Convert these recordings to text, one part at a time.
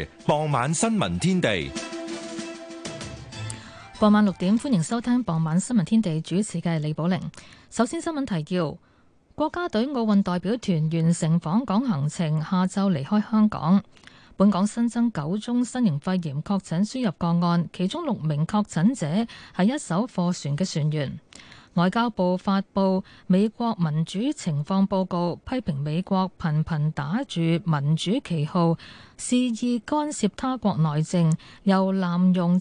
傍晚新聞天地。 傍晚6點，歡迎收聽傍晚新聞天地，主持嘅係李寶玲。首先新聞提要：國家隊奧運代表團完成訪港行程，下晝離開香港。本港新增9宗新型肺炎確診輸入個案，其中6名確診者係一艘貨船嘅船員。外交部發布美國民主情況報告，批評美國頻頻打住民主旗號，肆意干涉他國內政，又濫用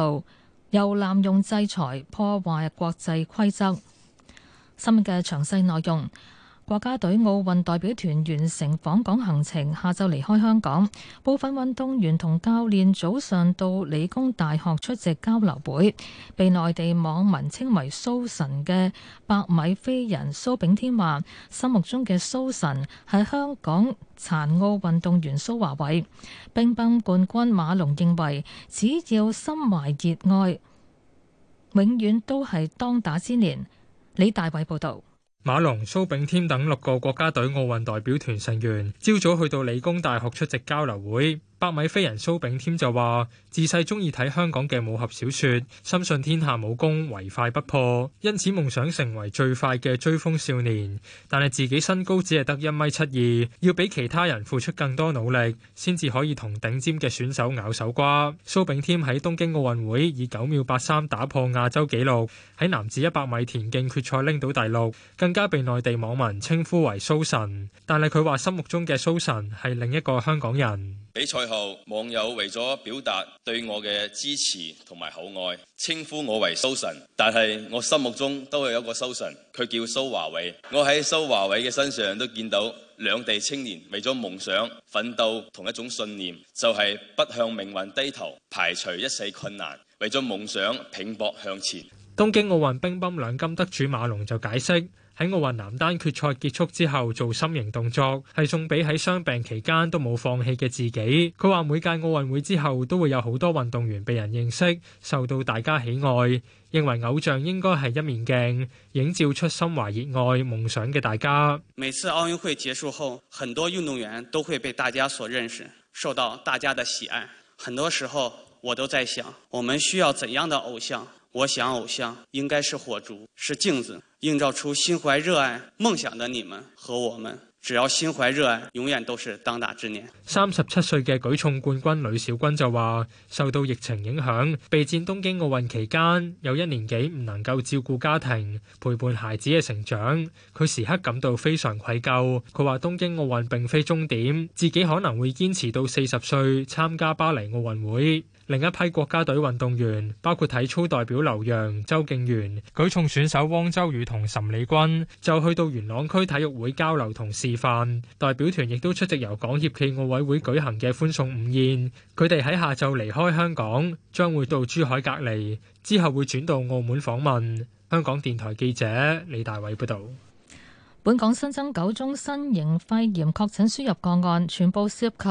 制裁，破壞國際規則。新聞嘅詳細內容。國家隊奧運代表團完成訪港行程，下晝離開香港。部分運動員同教練早上到理工大學出席交流會。被內地網民稱為蘇神嘅百米飛人蘇炳添話，心目中嘅蘇神係香港殘奧運動員蘇樺偉。乒乓冠軍馬龍認為，只要心懷熱愛，永遠都係當打之年。李大偉報導。 馬龍、蘇炳添等6個國家隊奧運代表團成員朝早去到理工大學出席交流會。百米飛人蘇炳添就話，自細中意睇香港嘅武俠小說，深信天下武功唯快不破，因此夢想成為最快嘅追風少年。但係自己身高只係得1.72米，要比其他人付出更多努力，先至可以同頂尖嘅選手咬手瓜。蘇炳添喺東京奧運會以9秒83打破亞洲紀錄，喺男子100米田徑決賽拎到第6，更加被內地網民稱呼為蘇神。但係佢話心目中嘅蘇神係另一個香港人。 比賽後，網友為咗表達對我嘅支持同埋厚愛，稱呼我為蘇神。但係我心目中都係有一個蘇神，佢叫蘇樺偉。我喺蘇樺偉嘅身上都見到兩地青年為咗夢想奮鬥同一種信念，就係不向命運低頭，排除一切困難，為咗夢想拼搏向前。 東京奧運乒乓2金得主馬龍就解釋，喺奧運男單決賽結束之後做心形動作，係送俾喺傷病期間都冇放棄嘅自己。佢話每屆奧運會之後都會有好多運動員被人認識，受到大家喜愛，認為偶像應該係一面鏡，映照出心懷熱愛夢想嘅大家。 每次奧運會結束後，很多運動員都會被大家所認識，受到大家的喜愛。很多時候我都在想，我們需要怎樣的偶像？我想偶像應該是火燭，是鏡子，映照出心懷熱愛夢想的你們和我們。只要心懷熱愛，永遠都是當打之年。 37歲嘅舉重冠軍呂小軍就話，受到疫情影響，備戰東京奧運期間有1年幾唔能夠照顧家庭，陪伴孩子嘅成長，佢時刻感到非常愧疚。佢話東京奧運並非終點，自己可能會堅持到40歲參加巴黎奧運會。另一批國家隊運動員包括體操代表劉洋、周敬源、舉重選手汪周雨同岑李君，就去到元朗區體育會交流同示範。代表團亦都出席由港協暨奧委會舉行嘅歡送午宴。佢哋喺下晝離開香港，將會到珠海隔離，之後會轉到澳門訪問。香港電台記者李大偉報導。 本港新增9宗新型肺炎確診輸入個案，全部涉及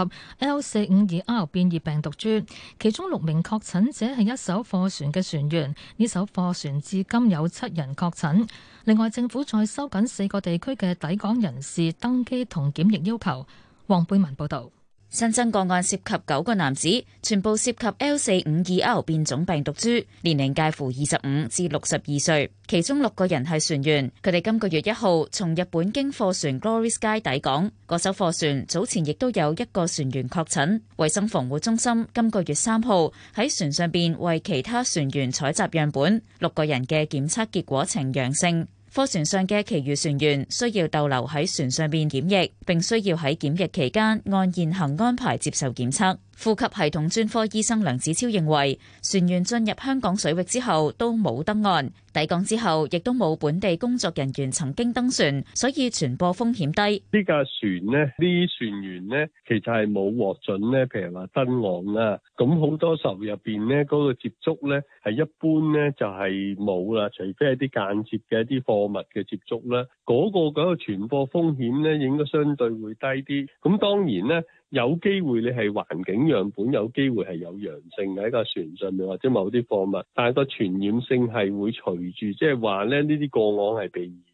L452R 變異病毒株，其中6名確診者係一艘貨船嘅船員，呢艘貨船至今有7人確診。另外，政府再收緊4個地區嘅抵港人士登機同檢疫要求。黃貝文報導。 新增個案涉及9個男子，全部涉及 L452R 變種病毒株，年齡介乎25至62歲，其中6個人係船員。佢哋今個月1號從日本經貨船 Glory Sky 抵港，嗰艘貨船早前亦都有1個船員確診。衛生防護中心今個月3號喺船上邊為其他船員採集樣本，6個人嘅檢測結果呈陽性。貨船上嘅其餘船員需要逗留喺船上邊檢疫，並需要喺檢疫期間按現行安排接受檢測。呼吸系統專科醫生梁子超認為，船員進入香港水域之後都冇登岸，抵港之後亦都冇本地工作人員曾經登船，所以傳播風險低。 呢架船呢，呢啲船員呢，其實係冇獲准呢，譬如話登岸啦。咁好多時候入邊呢，嗰個接觸呢，係一般呢就係冇啦，除非係啲間接嘅一啲貨物嘅接觸啦。嗰個傳播風險呢，應該相對會低啲。咁當然呢，有機會你係環境樣本有機會係有陽性喺架船上面或者某啲貨物，但係個傳染性係會隨住即係話咧呢啲個案係被移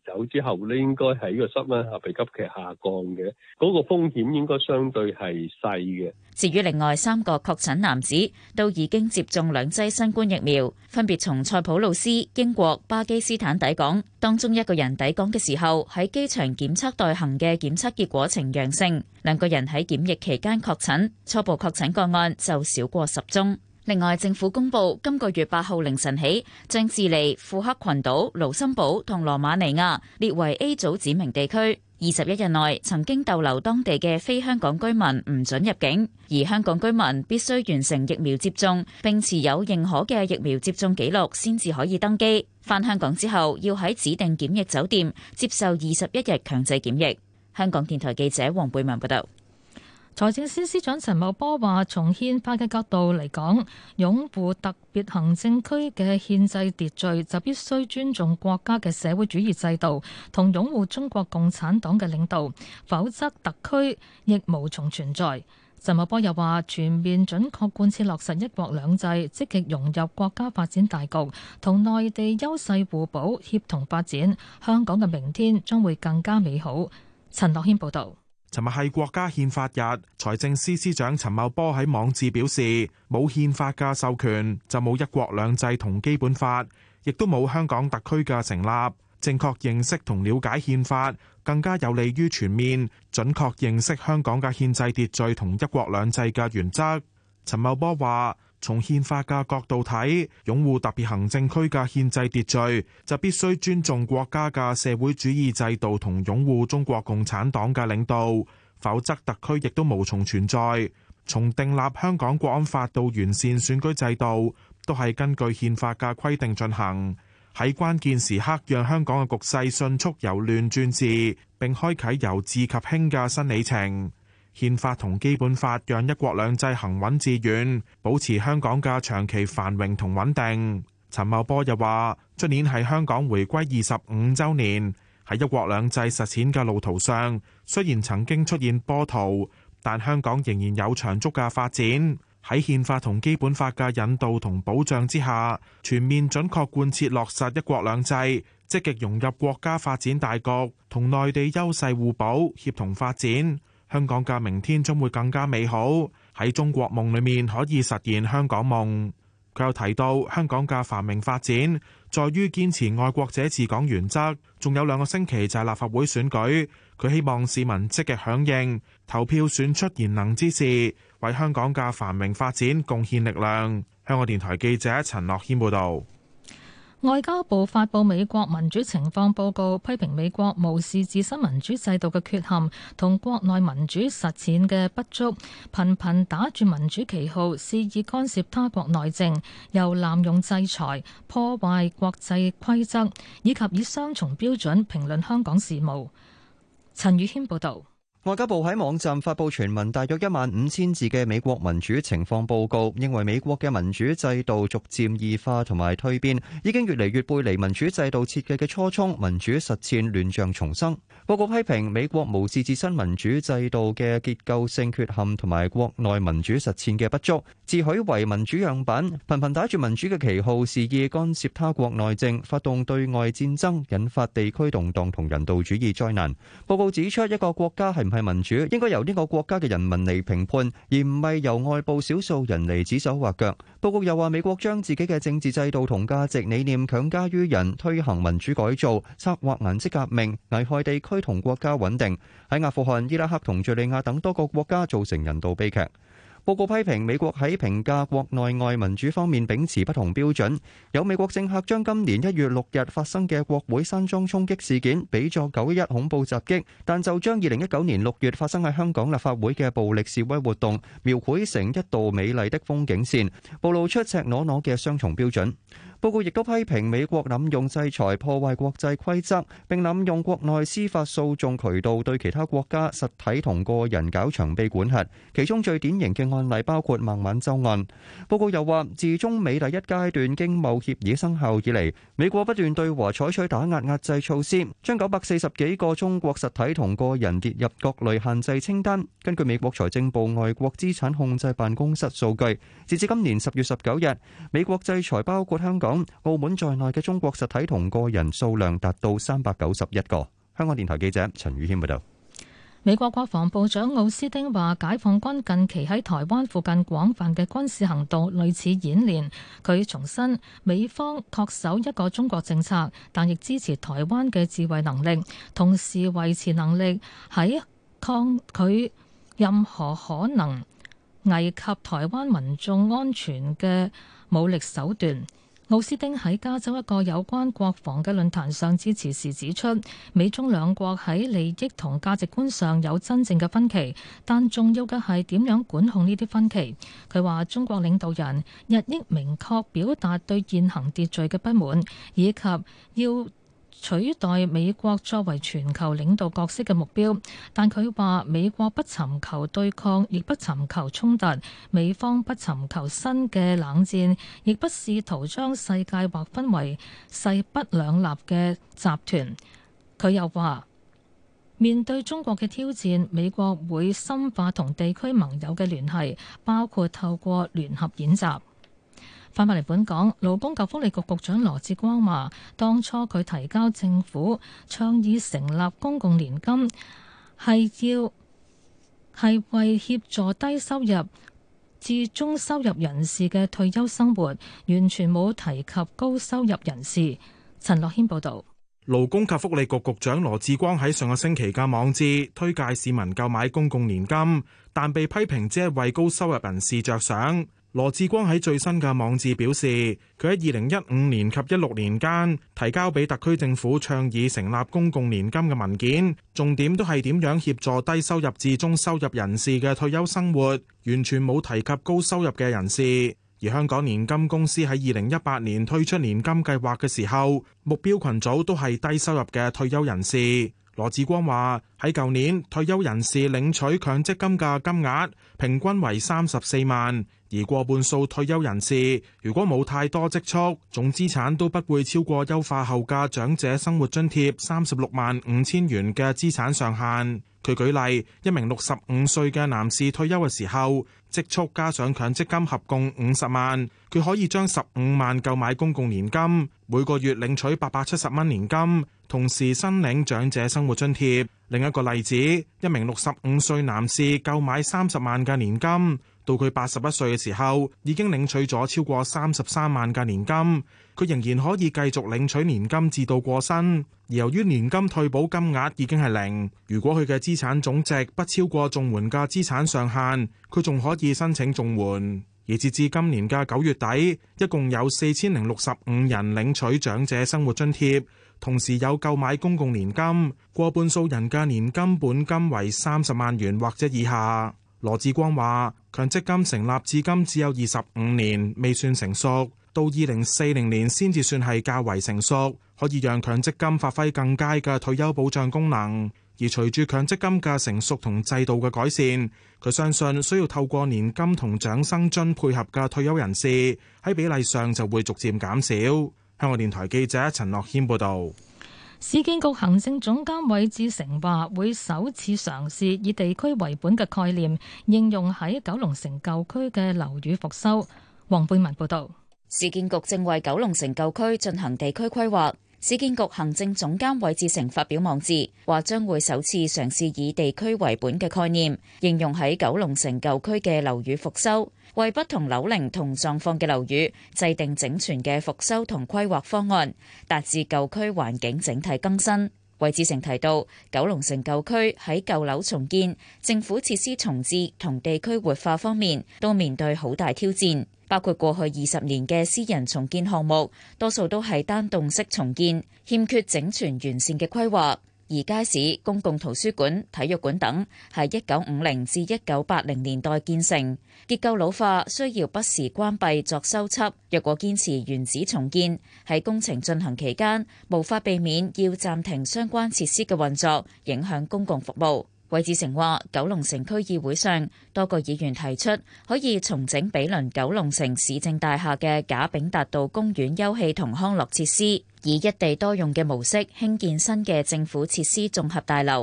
走之後咧，應該喺個室溫下被急劇下降嘅，嗰個風險應該相對係細嘅。 至於另外3個確診男子都已經接種2劑新冠疫苗，分別從塞浦路斯、英國、巴基斯坦抵港。當中1個人抵港嘅時候喺機場檢測待行嘅檢測結果呈陽性，2個人喺檢疫期間確診，初步確診個案就少過10宗。另外，政府公布今個月8號凌晨起，將智利、庫克群島、盧森堡同羅馬尼亞列為 A 組指明地區。21日內曾經逗留當地嘅非香港居民唔准入境，而香港居民必須完成疫苗接種並持有認可嘅疫苗接種記錄先至可以登機。返香港之後要喺指定檢疫酒店接受21日強制檢疫。香港電台記者黃貝文報道。 財政司司長陳茂波話：從憲法嘅角度嚟講，擁護特別行政區嘅憲制秩序就必須尊重國家嘅社會主義制度，同擁護中國共產黨嘅領導，否則特區亦無從存在。陳茂波又話：全面準確貫徹落實一國兩制，積極融入國家發展大局，同內地優勢互補，協同發展，香港嘅明天將會更加美好。陳樂軒報導。 尋日係國家憲法日，財政司司長陳茂波喺網誌表示，冇憲法嘅授權就冇一國兩制同基本法，亦都冇香港特區嘅成立。正確認識同了解憲法，更加有利於全面準確認識香港嘅憲制秩序同一國兩制嘅原則。陳茂波話：從憲法嘅角度睇，擁護特別行政區嘅憲制秩序，就必須尊重國家嘅社會主義制度同擁護中國共產黨嘅領導，否則特區亦都無從存在。從訂立香港國安法到完善選舉制度，都係根據憲法嘅規定進行。喺關鍵時刻，讓香港嘅局勢迅速由亂轉治，並開啟由治及興嘅新里程。憲法同基本法讓一國兩制行穩致遠，保持香港嘅長期繁榮同穩定。陳茂波又話：出年係香港回歸25週年，喺一國兩制實踐嘅路途上，雖然曾經出現波濤，但香港仍然有長足嘅發展。喺憲法同基本法嘅引導同保障之下，全面準確貫徹落實一國兩制，積極融入國家發展大局，同內地優勢互補，協同發展。香港嘅明天將會更加美好，喺中國夢裏面可以實現香港夢。佢又提到，香港嘅繁榮發展在於堅持愛國者治港原則，仲有2個星期就係立法會選舉，佢希望市民積極響應，投票選出賢能之士，為香港嘅繁榮發展貢獻力量。香港電台記者陳樂軒報導。 外交部發布美國民主情況報告，批評美國無視自身民主制度嘅缺陷同國內民主實踐嘅不足，頻頻打住民主旗號，肆意干涉他國內政，又濫用制裁、破壞國際規則，以及以雙重標準評論香港事務。陳宇軒報導。 外交部喺網站發布全文大約15000字嘅美國民主情況報告，認為美國嘅民主制度逐漸異化同埋蛻變，已經越嚟越背離民主制度設計嘅初衷，民主實踐亂象叢生。報告批評美國無視自身民主制度嘅結構性缺陷同埋國內民主實踐嘅不足，自詡為民主樣板，頻頻打住民主嘅旗號，肆意干涉他國內政，發動對外戰爭，引發地區動盪同人道主義災難。報告指出，一個國家係唔係民主，應該由呢個國家嘅人民嚟評判，而唔係由外部少數人嚟指手畫腳。報告又話，美國將自己嘅政治制度同價值理念強加於人，推行民主改造，策劃顏色革命，危害地區同國家穩定，喺阿富汗、伊拉克同敘利亞等多個國家造成人道悲劇。報告批評美國喺評價國內外民主方面秉持不同標準，有美國政客將今年1月6日發生嘅國會山莊衝擊事件比作911恐怖襲擊，但就將2019年6月發生喺香港立法會嘅暴力示威活動描繪成一道美麗的風景線，暴露出赤裸裸嘅雙重標準。報告亦都批評美國濫用制裁破壞國際規則，並濫用國內司法訴訟渠道對其他國家實體同個人搞長臂管轄，其中最典型嘅案例包括孟晚舟案。報告又話，自中美第一階段經貿協議生效以嚟，美國不斷對華採取打壓制措施，將940幾個中國實體同個人列入各類限制清單。根據美國財政部外國資產控制辦公室數據，截至今年10月19日，美國制裁包括香港、 港、澳門在內嘅中國實體同個人數量達到391個。香港電台記者陳宇軒報導。 美國國防部長奧斯汀話，解放軍近期喺台灣附近廣泛嘅軍事行動類似演練。佢重申美方恪守一個中國政策，但亦支持台灣嘅自衛能力，同時維持能力喺抗拒任何可能危及台灣民眾安全嘅武力手段。奧斯汀喺加州一個有關國防嘅論壇上致辭時指出，美中兩國喺利益同價值觀上有真正嘅分歧，但重要嘅係點樣管控呢啲分歧。佢話中國領導人日益明確表達對現行秩序嘅不滿，以及要取代美國作為全球領導角色嘅目標，但佢話美國不尋求對抗，亦不尋求衝突，美方不尋求新嘅冷戰，亦不試圖將世界劃分為勢不兩立嘅集團。佢又話面對中國嘅挑戰，美國會深化同地區盟友嘅聯繫，包括透過聯合演習。翻返嚟本港，勞工及福利局局長羅致光話，當初佢提交政府倡議成立公共年金，係為協助低收入至中收入人士嘅退休生活，完全冇提及高收入人士。陳樂軒報導。 勞工及福利局局長羅致光喺上個星期嘅網誌推介市民購買公共年金，但被批評只係為高收入人士着想。羅致光喺最新嘅網誌表示，佢喺2015年及16年間提交俾特區政府倡議成立公共年金嘅文件，重點都係點樣協助低收入至中收入人士嘅退休生活，完全冇提及高收入嘅人士。而香港年金公司喺2018年推出年金計劃嘅時候，目標群組都係低收入嘅退休人士。羅致光話喺舊年退休人士領取強積金嘅金額平均為34萬，而過半數退休人士如果冇太多積蓄，總資產都不會超過優化後嘅長者生活津貼36萬5千元嘅資產上限。佢舉例，一名65歲嘅男士退休嘅時候，積蓄加上強積金合共50萬，佢可以將15萬購買公共年金，每個月領取870蚊年金，同時申領長者生活津貼。另一個例子，一名65歲男士購買30萬嘅年金，到佢81歲嘅時候，已經領取咗超過33萬嘅年金，佢仍然可以繼續領取年金至到過身。而由於年金退保金額已經係0，如果佢嘅資產總值不超過綜援嘅資產上限，佢仲可以申請綜援。而截至今年嘅9月底，一共有4065人領取長者生活津貼，同時有購買公共年金，過半數人嘅年金本金為30萬元或者以下。羅致光話，強積金成立至今只有25年，未算成熟，到2040年先至算係較為成熟，可以讓強積金發揮更佳嘅退休保障功能。而隨住強積金嘅成熟同制度嘅改善，佢相信需要透過年金同長生津配合嘅退休人士喺比例上就會逐漸減少。香港電台記者陳樂軒報導。 市建局行政總監韋志成話，會首次嘗試以地區為本嘅概念應用喺九龍城舊區嘅樓宇復修。黃貝文報導。 市建局正為九龍城舊區進行地區規劃。市建局行政總監韋志成發表網誌，話將會首次嘗試以地區為本嘅概念應用喺九龍城舊區嘅樓宇復修，為不同樓齡同狀況嘅樓宇制定整全嘅復修同規劃方案，達至舊區環境整體更新。韋志成提到，九龍城舊區喺舊樓重建、政府設施重置同地區活化方面都面對好大挑戰，包括過去20年嘅私人重建項目，多數都係單棟式重建，欠缺整全完善嘅規劃。而街市、公共圖書館、體育館等係1950至1980年代建成，結構老化，需要不時關閉作修葺。若果堅持原址重建，喺工程進行期間，無法避免要暫停相關設施嘅運作，影響公共服務。韋志成話，九龍城區議會上多個議員提出可以重整毗鄰九龍城市政大廈嘅賈炳達道公園休憩同康樂設施，以一地多用嘅模式興建新嘅政府設施綜合大樓。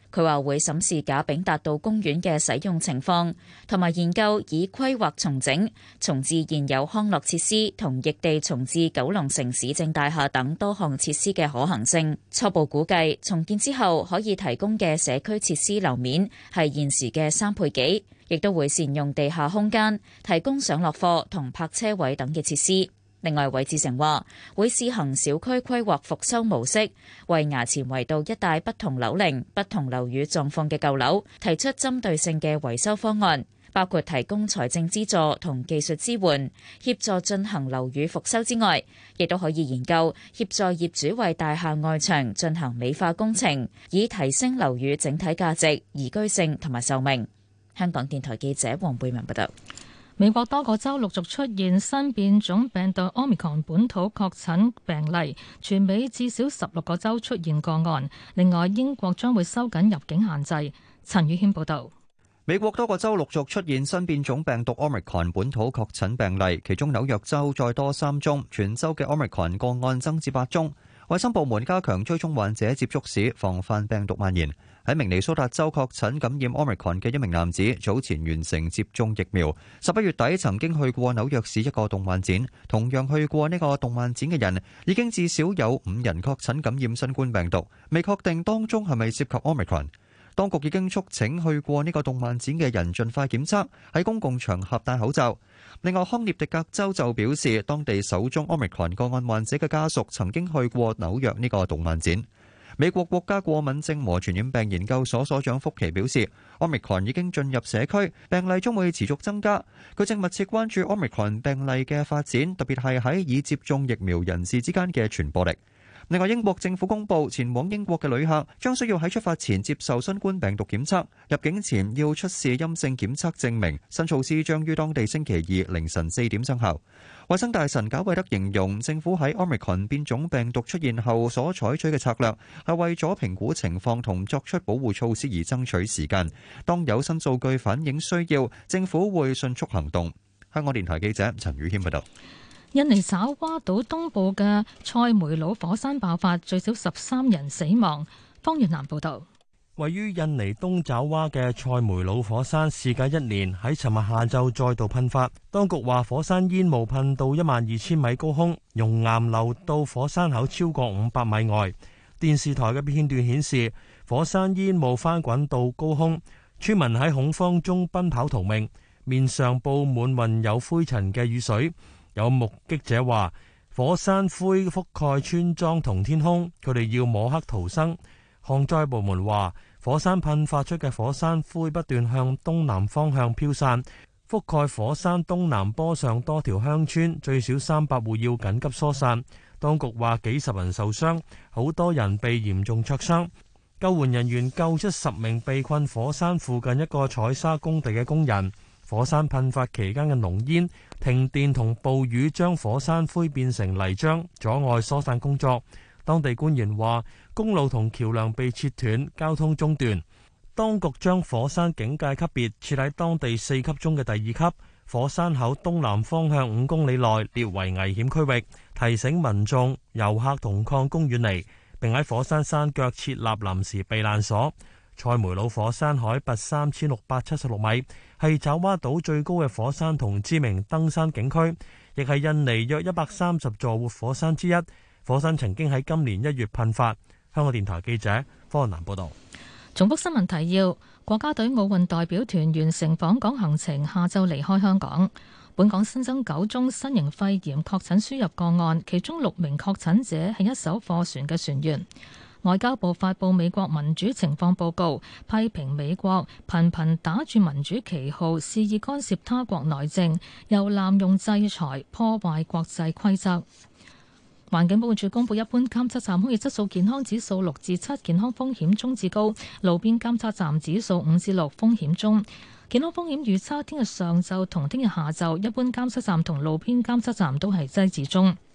佢話會審視賈炳達道公園嘅使用情況，同埋研究以規劃重整、重置現有康樂設施同異地重置九龍城市政大廈等多項設施嘅可行性。初步估計，重建之後可以提供嘅社區設施樓面係現時嘅3倍幾，亦都會善用地下空間，提供上落貨同泊車位等嘅設施。另外，韋志成話會試行小區規劃復修模式，為衙前圍道一帶不同樓齡、不同樓宇狀況嘅舊樓提出針對性嘅維修方案，包括提供財政資助同技術支援，協助進行樓宇復修之外，亦都可以研究協助業主為大廈外牆進行美化工程，以提升樓宇整體價值、宜居性同埋壽命。香港電台記者黃貝文報道。 美國多個州陸續出現新變種病毒 Omicron 本土確診病例，全美至少16個州出現個案。另外，英國將會收緊入境限制。陳宇軒報導。 美國多個州陸續出現新變種病毒 Omicron 本土確診病例，其中紐約州再多3宗，全州嘅 Omicron 個案增至8宗。衛生部門加強追蹤患者接觸史，防範病毒蔓延。喺明尼蘇達州確診感染 Omicron 嘅一名男子，早前完成接種疫苗，11月底曾經去過紐約市一個動漫展。同樣去過呢個動漫展嘅人，已經至少有5人確診感染新冠病毒，未確定當中係咪涉及 Omicron。當局已經促請去過呢個動漫展嘅人盡快檢測，喺公共場合戴口罩。另外，康涅狄格州就表示，當地首宗 Omicron 個案患者嘅家屬曾經去過紐約呢個動漫展。美國國家過敏症和傳染病研究所所長福奇表示， Omicron 已經進入社區，病例將會持續增加。佢正密切關注 Omicron 病例嘅發展，特別係喺已接種疫苗人士之間嘅傳播力。另外，英國政府公布，前往英國嘅旅客將需要喺出發前接受新冠病毒檢測，入境前要出示陰性檢測證明。新措施將於當地星期二凌晨4點生效。衛生大臣賈偉德形容，政府喺 Omicron 變種病毒出現後所採取嘅策略，係為咗評估情況同作出保護措施而爭取時間。當有新數據反映需要，政府會迅速行動。香港電台記者陳宇軒報道。 印尼爪哇島東部嘅塞梅魯火山爆發，最少13人死亡。方月南報道。 位於印尼東爪哇嘅塞梅魯火山事隔1年喺尋日下晝再度噴發，當局話火山煙霧噴到12000米高空，熔岩流到火山口超過500米外。電視台嘅片段顯示，火山煙霧翻滾到高空，村民喺恐慌中奔跑逃命，面上布滿混有灰塵嘅雨水。有目擊者話，火山灰覆蓋村莊同天空，佢哋要摸黑逃生。旱災部門話，火山噴發出嘅火山灰不斷向東南方向飄散，覆蓋火山東南坡上多條鄉村，最少300戶要緊急疏散。當局話幾十人受傷，好多人被嚴重灼傷。救援人員救出10名被困火山附近一個採砂工地嘅工人。火山噴發期間嘅濃煙、停電同暴雨將火山灰變成泥漿，阻礙疏散工作。當地官員話，公路同橋梁被切斷，交通中斷。當局將火山警戒級別設喺當地4級中嘅第2級，火山口東南方向5公里內列為危險區域，提醒民眾、遊客同礦工遠離，並喺火山山腳設立臨時避難所。塞梅魯火山海拔3676米，係爪哇島最高嘅火山同知名登山景區，亦係印尼約130座活火山之一。火山曾經喺今年1月噴發。香港電台記者方南報道。 重複新聞提要：國家隊奧運代表團完成訪港行程，下晝離開香港。本港新增9宗新型肺炎確診輸入個案，其中6名確診者係一艘貨船嘅船員。外交部發布美國民主情況報告，批評美國頻頻打住民主旗號，肆意干涉他國內政，又濫用制裁破壞國際規則。環境保護署公布，一般監測站空氣質素健康指數6至7，健康風險中至高；路邊監測站指數5至6，風險中。健康風險預測，聽日上晝同聽日下晝，一般監測站同路邊監測站都係低至中。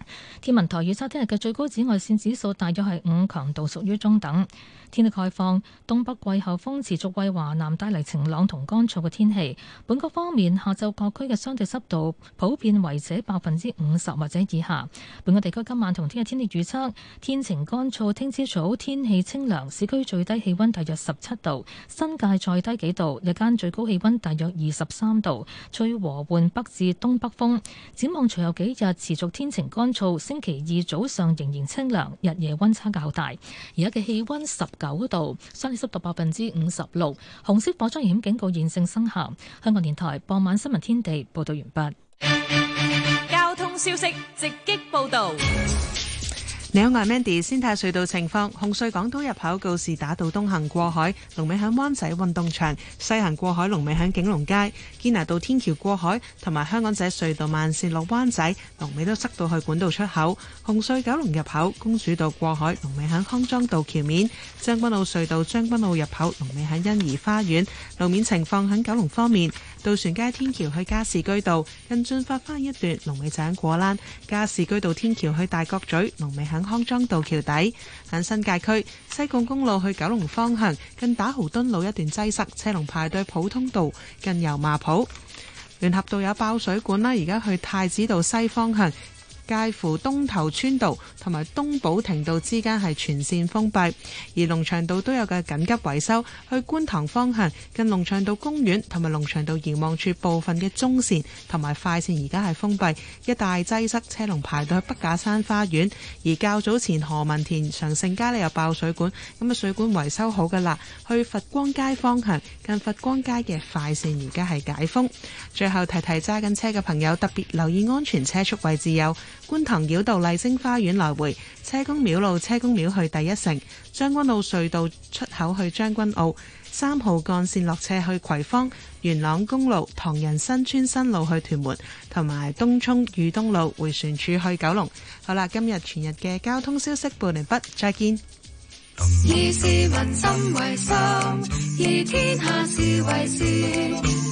天文台預測聽日嘅最高紫外線指數大約係5，強度屬於中等。天氣概況，東北季候風持續為華南帶嚟晴朗同乾燥嘅天氣。本港方面，下晝各區嘅相對濕度普遍維持50%或者以下。本港地區今晚同聽日天氣預測，天晴乾燥，聽朝早天氣清涼，市區最低氣溫大約17度，新界再低幾度，日間最高氣溫大約23度，吹和緩北至東北風。展望隨後幾日持續天晴乾燥，星期二早上仍然清涼，日夜溫差較大。而家嘅氣溫19度，相對濕度56%，紅色火災危險警告現正生效。香港電台傍晚新聞天地報道完畢。 交通消息直擊報道。 你好，我係 Mandy。先睇下隧道情況。紅隧港島入口告士打道東行過海，龍尾響灣仔運動場；西行過海，龍尾響景隆街。堅拿道天橋過海同埋香港仔隧道慢線落灣仔，龍尾都塞到去管道出口。紅隧九龍入口公主道過海，龍尾響康莊道橋面。將軍澳隧道將軍澳入口，龍尾響欣怡花園。路面情況響九龍方面，渡船街天橋去加士居道近駿發花園一段，龍尾就果欄；加士居道天橋去大角咀，龍尾響康莊道橋底。喺新界區西貢公路去九龍方向近打豪敦路一段擠塞，車龍排隊普通道近油麻埔。聯合道有爆水管啦，而家去太子道西方向介乎東頭村道同埋東寶庭道之間係全線封閉，而龍翔道都有嘅緊急維修，去觀塘方向近龍翔道公園同埋龍翔道遙望處部分嘅中線同埋快線而家係封閉，一大擠塞，車龍排到去北架山花園。而較早前何文田長盛街呢有爆水管，咁啊水管維修好㗎啦，去佛光街方向近佛光街嘅快線而家係解封。最後提提揸緊車嘅朋友，特別留意安全車速位置有觀塘繞道麗晶花園來回、車公廟路車公廟去第一城、將軍澳隧道出口去將軍澳、3號幹線落斜去葵芳、元朗公路唐人新村新路去屯門，同埋東涌裕東路迴旋處去九龍。好啦，今日全日嘅交通消息報完畢，再見。 以市民心為心，以天下事為事。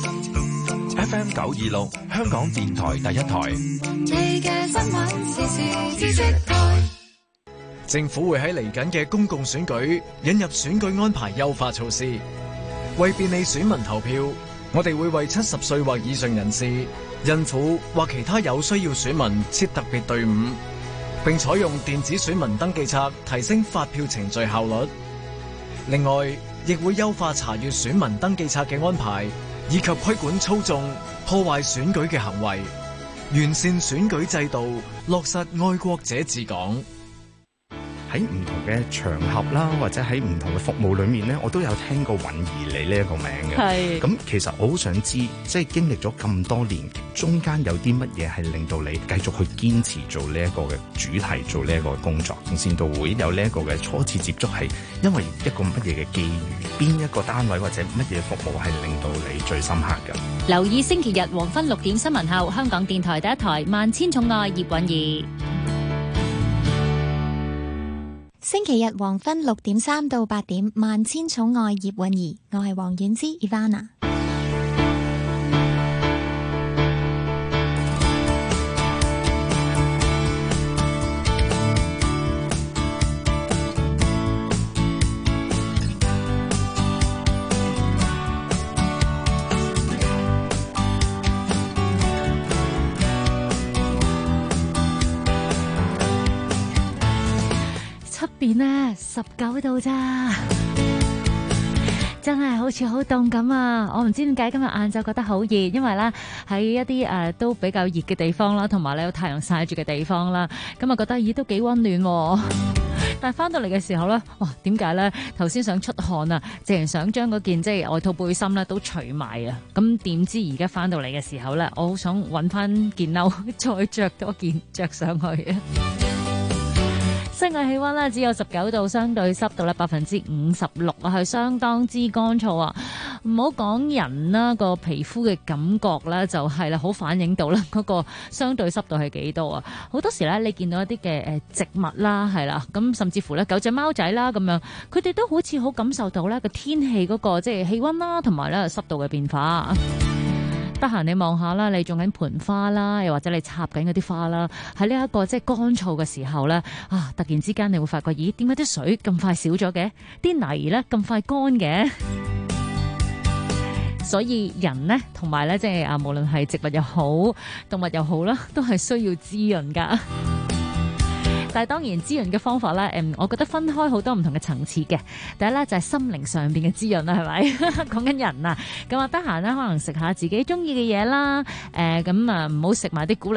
FM 926香港電台第一台。 你嘅新聞時事知識台。 政府會喺嚟緊嘅公共選舉引入選舉安排優化措施，為便利選民投票，我哋會為70歲或以上人士、孕婦或其他有需要選民設特別隊伍，並採用電子選民登記冊，提升發票程序效率。另外，亦會優化查閱選民登記冊嘅安排，以及規管操縱、破壞選舉嘅行為，完善選舉制度，落實愛國者治港。 喺唔同嘅場合啦，或者喺唔同嘅服務裏面咧，我都有聽過允兒你呢一個名嘅。係。咁其實我好想知，即係經歷咗咁多年，中間有啲乜嘢係令到你繼續去堅持做呢一個嘅主題，做呢一個工作？善導會有呢一個嘅初次接觸係因為一個乜嘢嘅機遇？邊一個單位或者乜嘢服務係令到你最深刻嘅？ 留意星期日黃昏6點新聞後，香港電台第一台《萬千寵愛葉韻儀》。 星期日黃昏6點3到8點，萬千寵愛葉韻儀，我係黃婉之 Ivana。 邊呢19度咋，真係好似好凍咁啊！我唔知點解今日晏晝覺得好熱，因為咧喺一啲都比較熱嘅地方啦，同埋咧有太陽曬住嘅地方啦，咁啊覺得都幾溫暖。但係翻到嚟嘅時候咧，哇！點解咧？頭先想出汗啊，淨係想將嗰件即係外套背心咧都除埋啊！咁點知而家翻到嚟嘅時候咧，我好想揾翻件褸，再着多件着上去啊！室外氣溫咧只有19度，相對濕度咧56%啊，係相當之乾燥啊！唔好講人啦，個皮膚嘅感覺咧就係啦，好反映到啦嗰個相對濕度係幾多啊！好多時咧你見到一啲嘅植物啦，係啦，咁甚至乎咧狗仔貓仔啦咁樣，佢哋都好似好感受到咧個天氣嗰個即係氣溫啦，同埋咧濕度嘅變化。 得閒你望下啦，你種緊盆花啦，又或者你插緊嗰啲花啦，喺呢一個即係乾燥嘅時候咧，啊，突然之間你會發覺，咦，點解啲水咁快少咗嘅？啲泥咧咁快乾嘅？所以人呢，同埋咧，即係無論係植物又好，動物又好啦，都係需要滋潤噶。但係當然滋潤嘅方法咧，我覺得分開好多唔同嘅層次嘅。第一咧就係心靈上邊嘅滋潤啦，係咪？講緊人啊，咁啊得閒咧可能食下自己中意嘅嘢啦，咁啊唔好食埋啲鼓勵